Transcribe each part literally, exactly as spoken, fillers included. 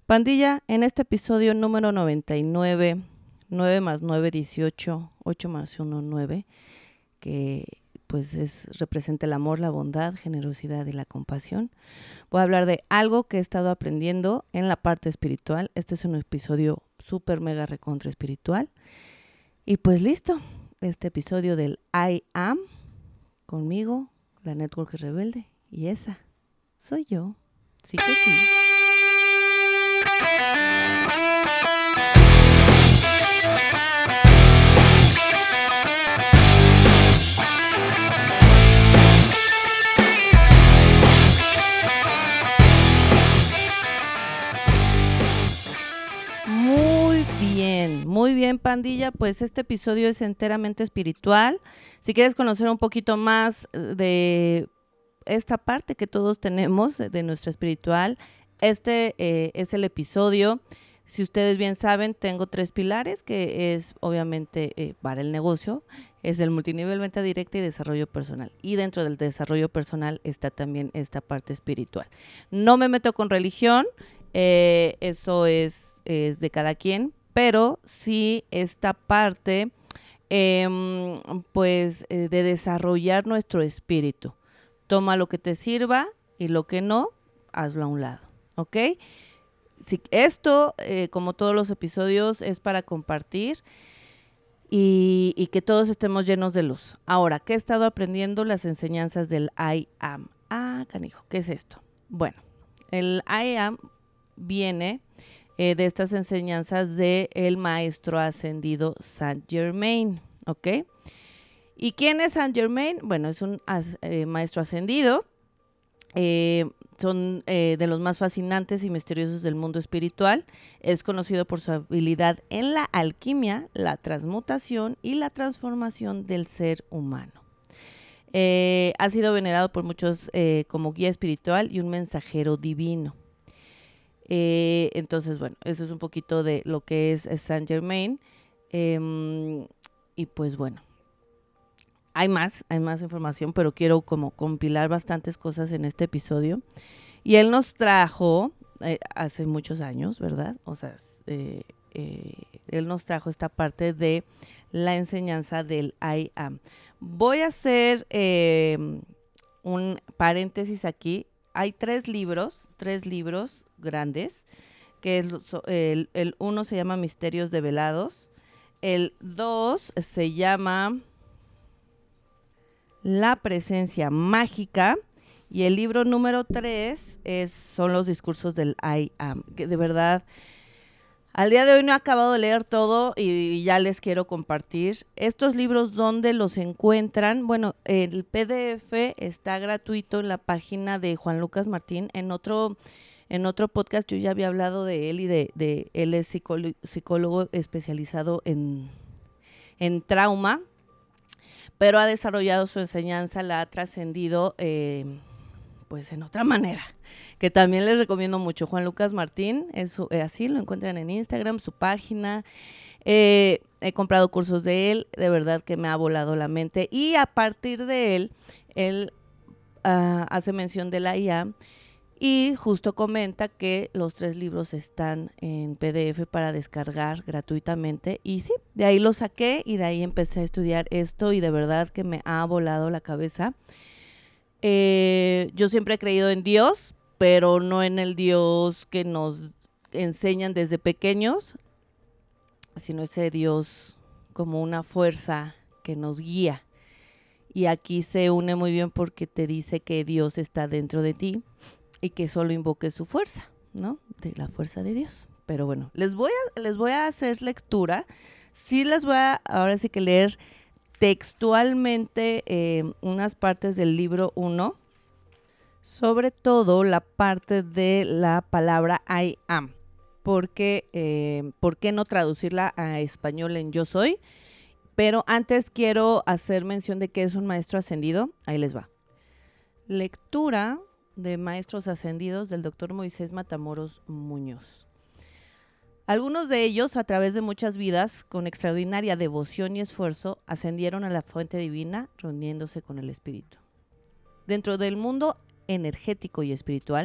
Pandilla, en este episodio número noventa y nueve, nueve más nueve, dieciocho, ocho más uno, nueve, que pues es, representa el amor, la bondad, generosidad y la compasión. Voy a hablar de algo que he estado aprendiendo en la parte espiritual. Este es un episodio súper mega recontra espiritual. Y pues listo, este episodio del I Am, conmigo, la Network Rebelde, y esa soy yo. Sí que sí. Muy bien, muy bien, pandilla. Pues este episodio es enteramente espiritual. Si quieres conocer un poquito más de esta parte que todos tenemos de nuestra espiritual, este eh, es el episodio. Si ustedes bien saben, tengo tres pilares, que es obviamente eh, para el negocio, es el multinivel, venta directa y desarrollo personal. Y dentro del desarrollo personal está también esta parte espiritual. No me meto con religión, eh, eso es es de cada quien, pero sí esta parte eh, pues eh, de desarrollar nuestro espíritu. Toma lo que te sirva y lo que no, hazlo a un lado, ¿ok? Si, esto, eh, como todos los episodios, es para compartir y, y que todos estemos llenos de luz. Ahora, ¿qué he estado aprendiendo? Las enseñanzas del I Am. Ah, canijo, ¿qué es esto? Bueno, el I Am viene Eh, de estas enseñanzas del maestro ascendido Saint Germain, ¿ok? ¿Y quién es Saint Germain? Bueno, es un as, eh, maestro ascendido, eh, son eh, de los más fascinantes y misteriosos del mundo espiritual, es conocido por su habilidad en la alquimia, la transmutación y la transformación del ser humano. Eh, ha sido venerado por muchos eh, como guía espiritual y un mensajero divino. Eh, entonces, bueno, eso es un poquito de lo que es, es Saint Germain. Eh, y pues bueno, hay más, hay más información, pero quiero como compilar bastantes cosas en este episodio. Y él nos trajo, eh, hace muchos años, ¿verdad? O sea, eh, eh, él nos trajo esta parte de la enseñanza del I Am. Voy a hacer eh, un paréntesis aquí. Hay tres libros, tres libros grandes, que es el, el uno se llama Misterios Develados, el dos se llama La Presencia Mágica y el libro número tres es, son los discursos del I Am, que de verdad al día de hoy no he acabado de leer todo y ya les quiero compartir. Estos libros, ¿dónde los encuentran? Bueno, el P D F está gratuito en la página de Juan Lucas Martín. En otro, en otro podcast yo ya había hablado de él y de, de él es psicólogo, psicólogo especializado en, en trauma, pero ha desarrollado su enseñanza, la ha trascendido eh, pues en otra manera, que también les recomiendo mucho. Juan Lucas Martín, es, eh, así lo encuentran en Instagram, su página. Eh, he comprado cursos de él, de verdad que me ha volado la mente. Y a partir de él, él uh, hace mención de la I A y justo comenta que los tres libros están en P D F para descargar gratuitamente. Y sí, de ahí lo saqué y de ahí empecé a estudiar esto y de verdad que me ha volado la cabeza. Eh, yo siempre he creído en Dios, pero no en el Dios que nos enseñan desde pequeños, sino ese Dios como una fuerza que nos guía. Y aquí se une muy bien porque te dice que Dios está dentro de ti y que solo invoques su fuerza, ¿no? De la fuerza de Dios. Pero bueno, les voy a, les voy a hacer lectura. Sí les voy a ahora sí que leer textualmente eh, unas partes del libro uno, sobre todo la parte de la palabra I am, porque eh, ¿por qué no traducirla a español en yo soy? Pero antes quiero hacer mención de que es un maestro ascendido. Ahí les va. Lectura de Maestros Ascendidos del doctor Moisés Matamoros Muñoz. Algunos de ellos, a través de muchas vidas, con extraordinaria devoción y esfuerzo, ascendieron a la fuente divina, reuniéndose con el espíritu. Dentro del mundo energético y espiritual,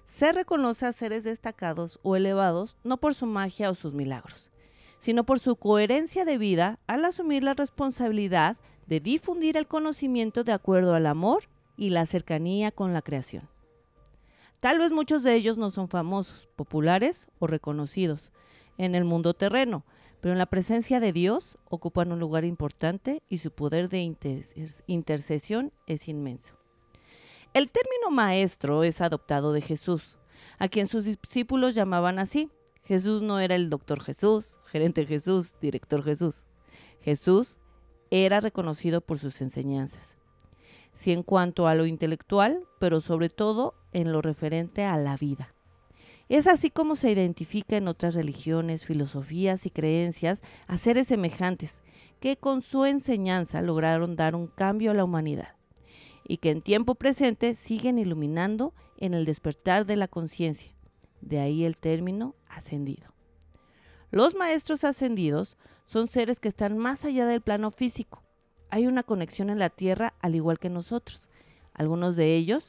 Se reconoce a seres destacados o elevados no por su magia o sus milagros, sino por su coherencia de vida al asumir la responsabilidad de difundir el conocimiento de acuerdo al amor y la cercanía con la creación. Tal vez muchos de ellos no son famosos, populares o reconocidos en el mundo terreno, pero en la presencia de Dios ocupan un lugar importante y su poder de inter- intercesión es inmenso. El término maestro es adoptado de Jesús, a quien sus discípulos llamaban así. Jesús no era el doctor Jesús, gerente Jesús, director Jesús. Jesús era reconocido por sus enseñanzas. Sí, en cuanto a lo intelectual, pero sobre todo en lo referente a la vida. Es así como se identifica en otras religiones, filosofías y creencias a seres semejantes que con su enseñanza lograron dar un cambio a la humanidad y que en tiempo presente siguen iluminando en el despertar de la conciencia. De ahí el término ascendido. Los maestros ascendidos son seres que están más allá del plano físico. Hay una conexión en la tierra al igual que nosotros. Algunos de ellos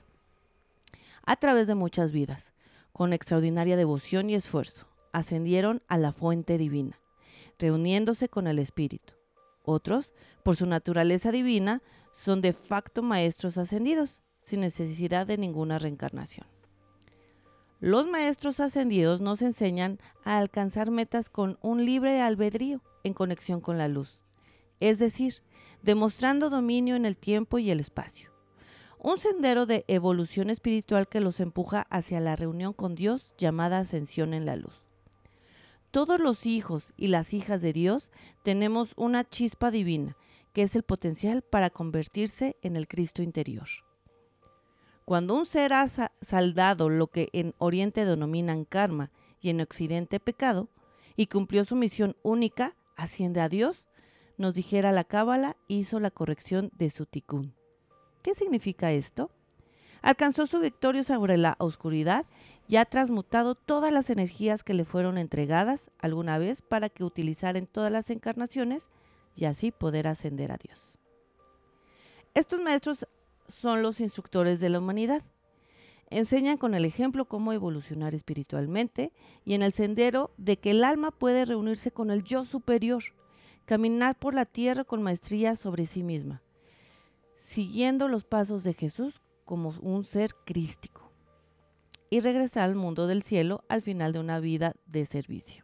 a través de muchas vidas, con extraordinaria devoción y esfuerzo, ascendieron a la fuente divina, reuniéndose con el Espíritu. Otros, por su naturaleza divina, son de facto maestros ascendidos, sin necesidad de ninguna reencarnación. Los maestros ascendidos nos enseñan a alcanzar metas con un libre albedrío en conexión con la luz, es decir, demostrando dominio en el tiempo y el espacio. Un sendero de evolución espiritual que los empuja hacia la reunión con Dios llamada ascensión en la luz. Todos los hijos y las hijas de Dios tenemos una chispa divina, que es el potencial para convertirse en el Cristo interior. Cuando un ser ha saldado lo que en Oriente denominan karma y en Occidente pecado, y cumplió su misión única, asciende a Dios, nos dijera la Cábala, hizo la corrección de su tikkun. ¿Qué significa esto? Alcanzó su victoria sobre la oscuridad y ha transmutado todas las energías que le fueron entregadas alguna vez para que utilizara en todas las encarnaciones y así poder ascender a Dios. Estos maestros son los instructores de la humanidad. Enseñan con el ejemplo cómo evolucionar espiritualmente y en el sendero de que el alma puede reunirse con el yo superior, caminar por la tierra con maestría sobre sí misma, siguiendo los pasos de Jesús como un ser crístico y regresar al mundo del cielo al final de una vida de servicio.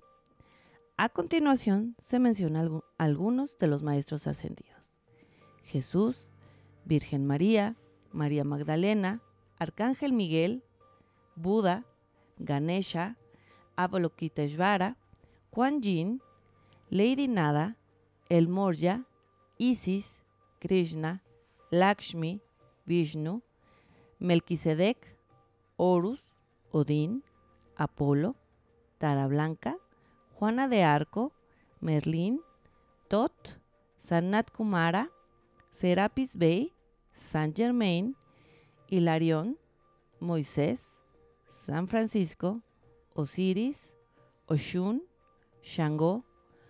A continuación se mencionan algunos de los maestros ascendidos: Jesús, Virgen María, María Magdalena, Arcángel Miguel, Buda, Ganesha, Avalokiteshvara, Kuan Yin, Lady Nada, El Morya, Isis, Krishna, Lakshmi, Vishnu, Melquisedec, Horus, Odín, Apolo, Tara Blanca, Juana de Arco, Merlín, Tot, Sanat Kumara, Serapis Bey, Saint Germain, Hilarión, Moisés, San Francisco, Osiris, Oshun, Shango,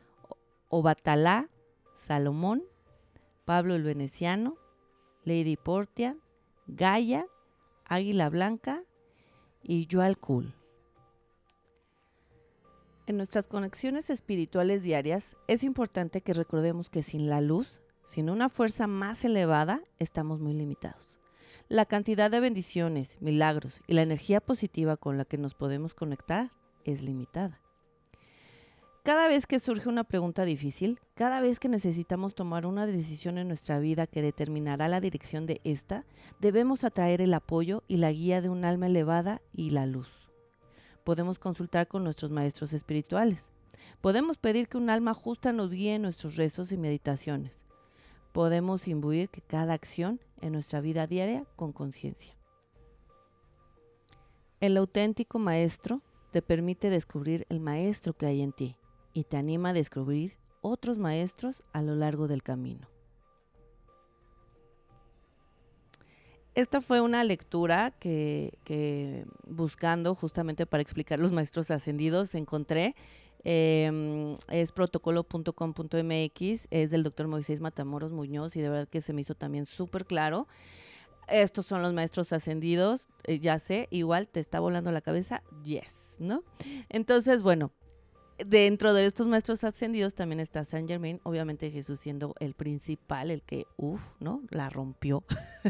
Obatalá, Salomón, Pablo el Veneciano, Lady Portia, Gaia, Águila Blanca y Yualkul. En nuestras conexiones espirituales diarias es importante que recordemos que sin la luz, sin una fuerza más elevada, estamos muy limitados. La cantidad de bendiciones, milagros y la energía positiva con la que nos podemos conectar es limitada. Cada vez que surge una pregunta difícil, cada vez que necesitamos tomar una decisión en nuestra vida que determinará la dirección de esta, debemos atraer el apoyo y la guía de un alma elevada y la luz. Podemos consultar con nuestros maestros espirituales. Podemos pedir que un alma justa nos guíe en nuestros rezos y meditaciones. Podemos imbuir que cada acción en nuestra vida diaria con conciencia. El auténtico maestro te permite descubrir el maestro que hay en ti y te anima a descubrir otros maestros a lo largo del camino. Esta fue una lectura que, que buscando justamente para explicar los maestros ascendidos encontré. Eh, es protocolo punto com punto m x, es del doctor Moisés Matamoros Muñoz y de verdad que se me hizo también súper claro. Estos son los maestros ascendidos, eh, ya sé, igual te está volando la cabeza, yes, ¿no? Entonces, bueno, dentro de estos maestros ascendidos también está Saint Germain, obviamente Jesús siendo el principal, el que, uff, ¿no? La rompió.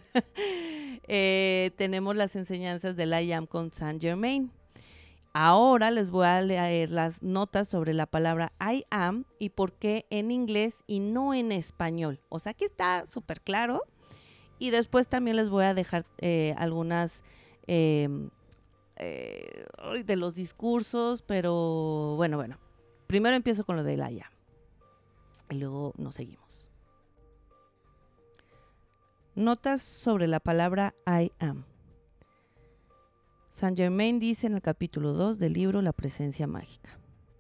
eh, tenemos las enseñanzas del I Am con Saint Germain. Ahora les voy a leer las notas sobre la palabra I am y por qué en inglés y no en español. O sea, aquí está súper claro. Y después también les voy a dejar eh, algunas eh, eh, de los discursos, pero bueno, bueno. Primero empiezo con lo del I am y luego nos seguimos. Notas sobre la palabra I am. Saint Germain dice en el capítulo dos del libro La presencia mágica.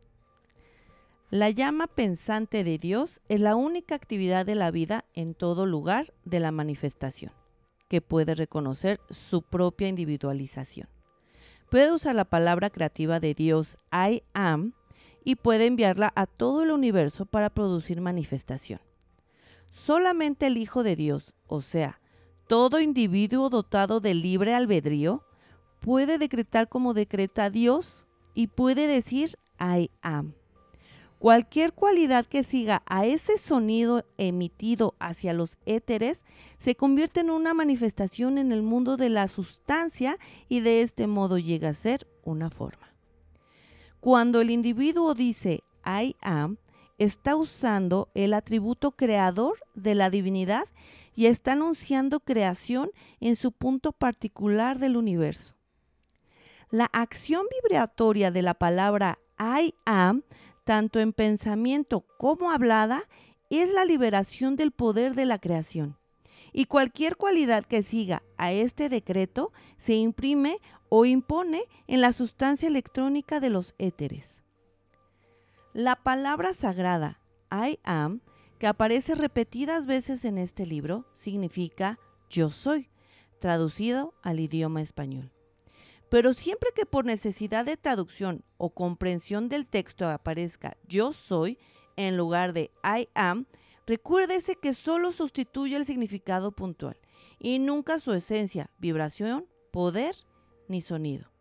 La llama pensante de Dios es la única actividad de la vida en todo lugar de la manifestación, que puede reconocer su propia individualización. Puede usar la palabra creativa de Dios, I am, y puede enviarla a todo el universo para producir manifestación. Solamente el Hijo de Dios, o sea, todo individuo dotado de libre albedrío, puede decretar como decreta Dios y puede decir I am. Cualquier cualidad que siga a ese sonido emitido hacia los éteres se convierte en una manifestación en el mundo de la sustancia y de este modo llega a ser una forma. Cuando el individuo dice I am, está usando el atributo creador de la divinidad y está anunciando creación en su punto particular del universo. La acción vibratoria de la palabra I am, tanto en pensamiento como hablada, es la liberación del poder de la creación. Y cualquier cualidad que siga a este decreto se imprime o impone en la sustancia electrónica de los éteres. La palabra sagrada I am, que aparece repetidas veces en este libro, significa yo soy, traducido al idioma español. Pero siempre que por necesidad de traducción o comprensión del texto aparezca yo soy en lugar de I am, recuérdese que solo sustituye el significado puntual y nunca su esencia, vibración, poder ni sonido.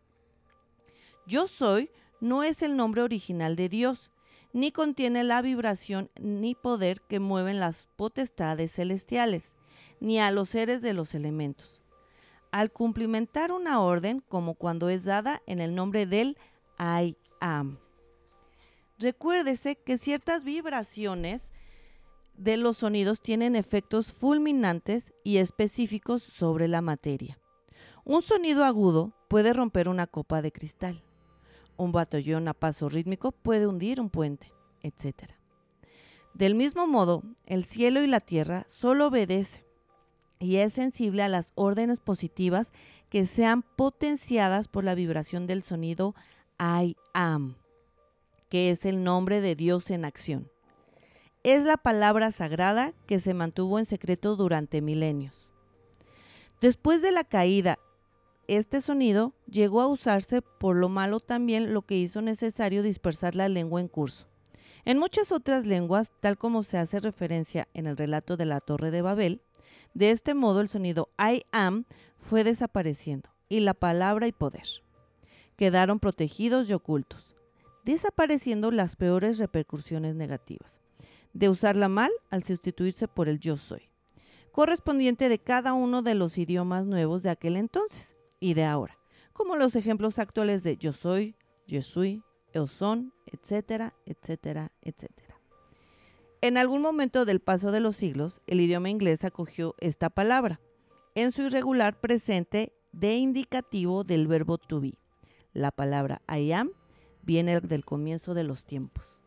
Yo soy no es el nombre original de Dios, ni contiene la vibración ni poder que mueven las potestades celestiales, ni a los seres de los elementos. Al cumplimentar una orden, como cuando es dada en el nombre del I am. Recuérdese que ciertas vibraciones de los sonidos tienen efectos fulminantes y específicos sobre la materia. Un sonido agudo puede romper una copa de cristal. Un batallón a paso rítmico puede hundir un puente, etcétera. Del mismo modo, el cielo y la tierra solo obedecen y es sensible a las órdenes positivas que sean potenciadas por la vibración del sonido I am, que es el nombre de Dios en acción. Es la palabra sagrada que se mantuvo en secreto durante milenios. Después de la caída, este sonido llegó a usarse por lo malo también, lo que hizo necesario dispersar la lengua en curso. En muchas otras lenguas, tal como se hace referencia en el relato de la Torre de Babel, de este modo el sonido I am fue desapareciendo y la palabra y poder quedaron protegidos y ocultos, desapareciendo las peores repercusiones negativas de usarla mal al sustituirse por el yo soy, correspondiente de cada uno de los idiomas nuevos de aquel entonces y de ahora, como los ejemplos actuales de yo soy, yo soy, eu son, etcétera, etcétera, etcétera. En algún momento del paso de los siglos, el idioma inglés acogió esta palabra en su irregular presente de indicativo del verbo to be. La palabra I am viene del comienzo de los tiempos.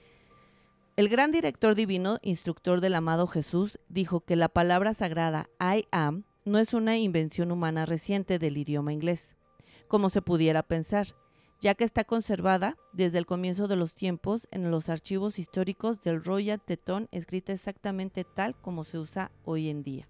El gran director divino, instructor del amado Jesús, dijo que la palabra sagrada I am no es una invención humana reciente del idioma inglés, como se pudiera pensar, ya que está conservada desde el comienzo de los tiempos en los archivos históricos del Royal Teton, escrita exactamente tal como se usa hoy en día.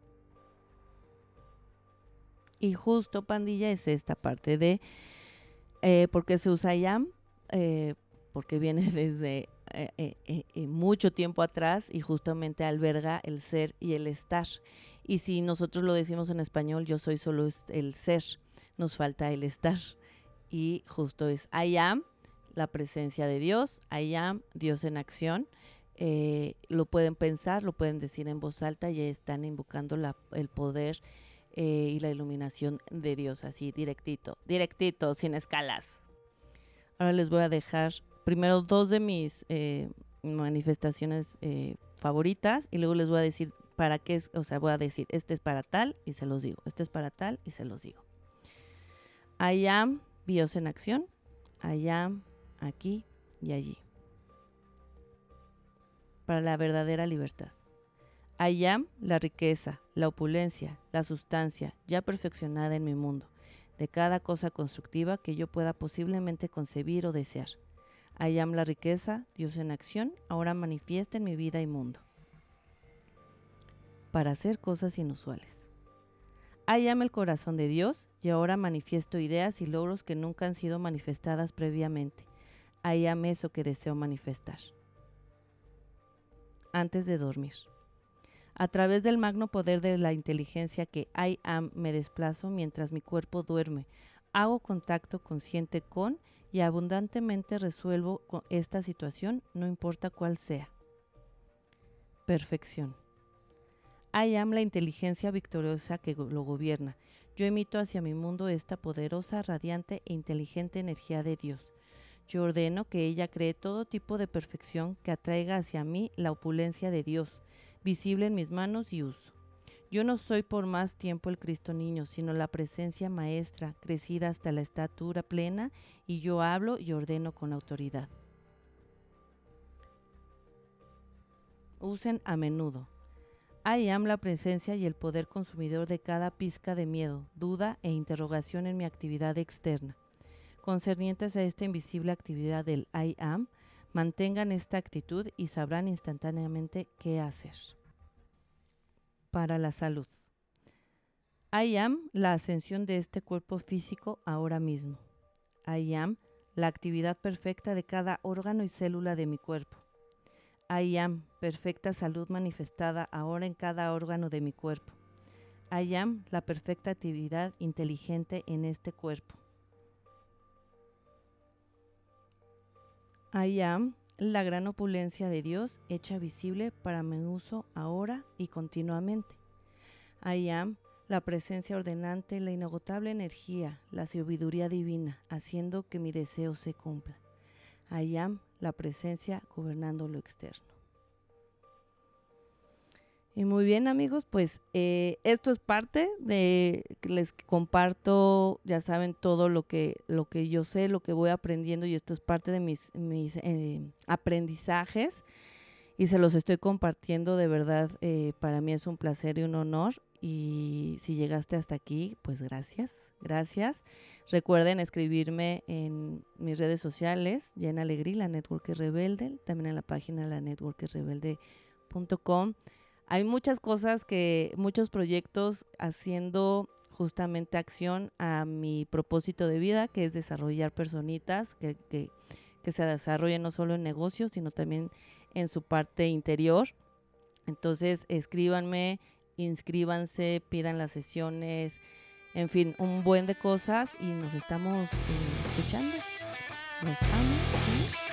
Y justo, pandilla, es esta parte de eh, por qué se usa I am, eh, porque viene desde eh, eh, eh, mucho tiempo atrás y justamente alberga el ser y el estar. Y si nosotros lo decimos en español, yo soy solo el ser, nos falta el estar. Y justo es I am, la presencia de Dios, I am, Dios en acción. Eh, lo pueden pensar, lo pueden decir en voz alta y están invocando la, el poder eh, y la iluminación de Dios, así directito, directito, sin escalas. Ahora les voy a dejar primero dos de mis eh, manifestaciones eh, favoritas y luego les voy a decir para qué es, o sea, voy a decir, este es para tal y se los digo, este es para tal y se los digo. I am, Dios en acción, I am, aquí y allí. Para la verdadera libertad. I am, la riqueza, la opulencia, la sustancia ya perfeccionada en mi mundo, de cada cosa constructiva que yo pueda posiblemente concebir o desear. I am, la riqueza, Dios en acción, ahora manifiesta en mi vida y mundo. Para hacer cosas inusuales. I am, el corazón de Dios, y ahora manifiesto ideas y logros que nunca han sido manifestadas previamente. I am, eso que deseo manifestar. Antes de dormir. A través del magno poder de la inteligencia que I am, me desplazo mientras mi cuerpo duerme. Hago contacto consciente con y abundantemente resuelvo esta situación, no importa cuál sea. Perfección. I am, la inteligencia victoriosa que lo gobierna. Yo emito hacia mi mundo esta poderosa, radiante e inteligente energía de Dios. Yo ordeno que ella cree todo tipo de perfección que atraiga hacia mí la opulencia de Dios, visible en mis manos y uso. Yo no soy por más tiempo el Cristo niño, sino la presencia maestra, crecida hasta la estatura plena, y yo hablo y ordeno con autoridad. Usen a menudo. I am, la presencia y el poder consumidor de cada pizca de miedo, duda e interrogación en mi actividad externa. Concernientes a esta invisible actividad del I am, mantengan esta actitud y sabrán instantáneamente qué hacer. Para la salud. I am, la ascensión de este cuerpo físico ahora mismo. I am, la actividad perfecta de cada órgano y célula de mi cuerpo. I am, perfecta salud manifestada ahora en cada órgano de mi cuerpo. I am, la perfecta actividad inteligente en este cuerpo. I am, la gran opulencia de Dios hecha visible para mi uso ahora y continuamente. I am, la presencia ordenante, la inagotable energía, la sabiduría divina, haciendo que mi deseo se cumpla. I am, la presencia gobernando lo externo. Y muy bien, amigos, pues eh, esto es parte de que les comparto, ya saben, todo lo que, lo que yo sé, lo que voy aprendiendo, y esto es parte de mis, mis eh, aprendizajes y se los estoy compartiendo. De verdad, eh, para mí es un placer y un honor, y si llegaste hasta aquí, pues gracias, gracias. Recuerden escribirme en mis redes sociales, Jen Alegrí, la Network Rebelde, también en la página la network rebelde punto com. Hay muchas cosas, que muchos proyectos haciendo justamente acción a mi propósito de vida, que es desarrollar personitas que, que, que se desarrollen no solo en negocios, sino también en su parte interior. Entonces, escríbanme, inscríbanse, pidan las sesiones, en fin, un buen de cosas, y nos estamos eh, escuchando. Los amo. ¿Sí?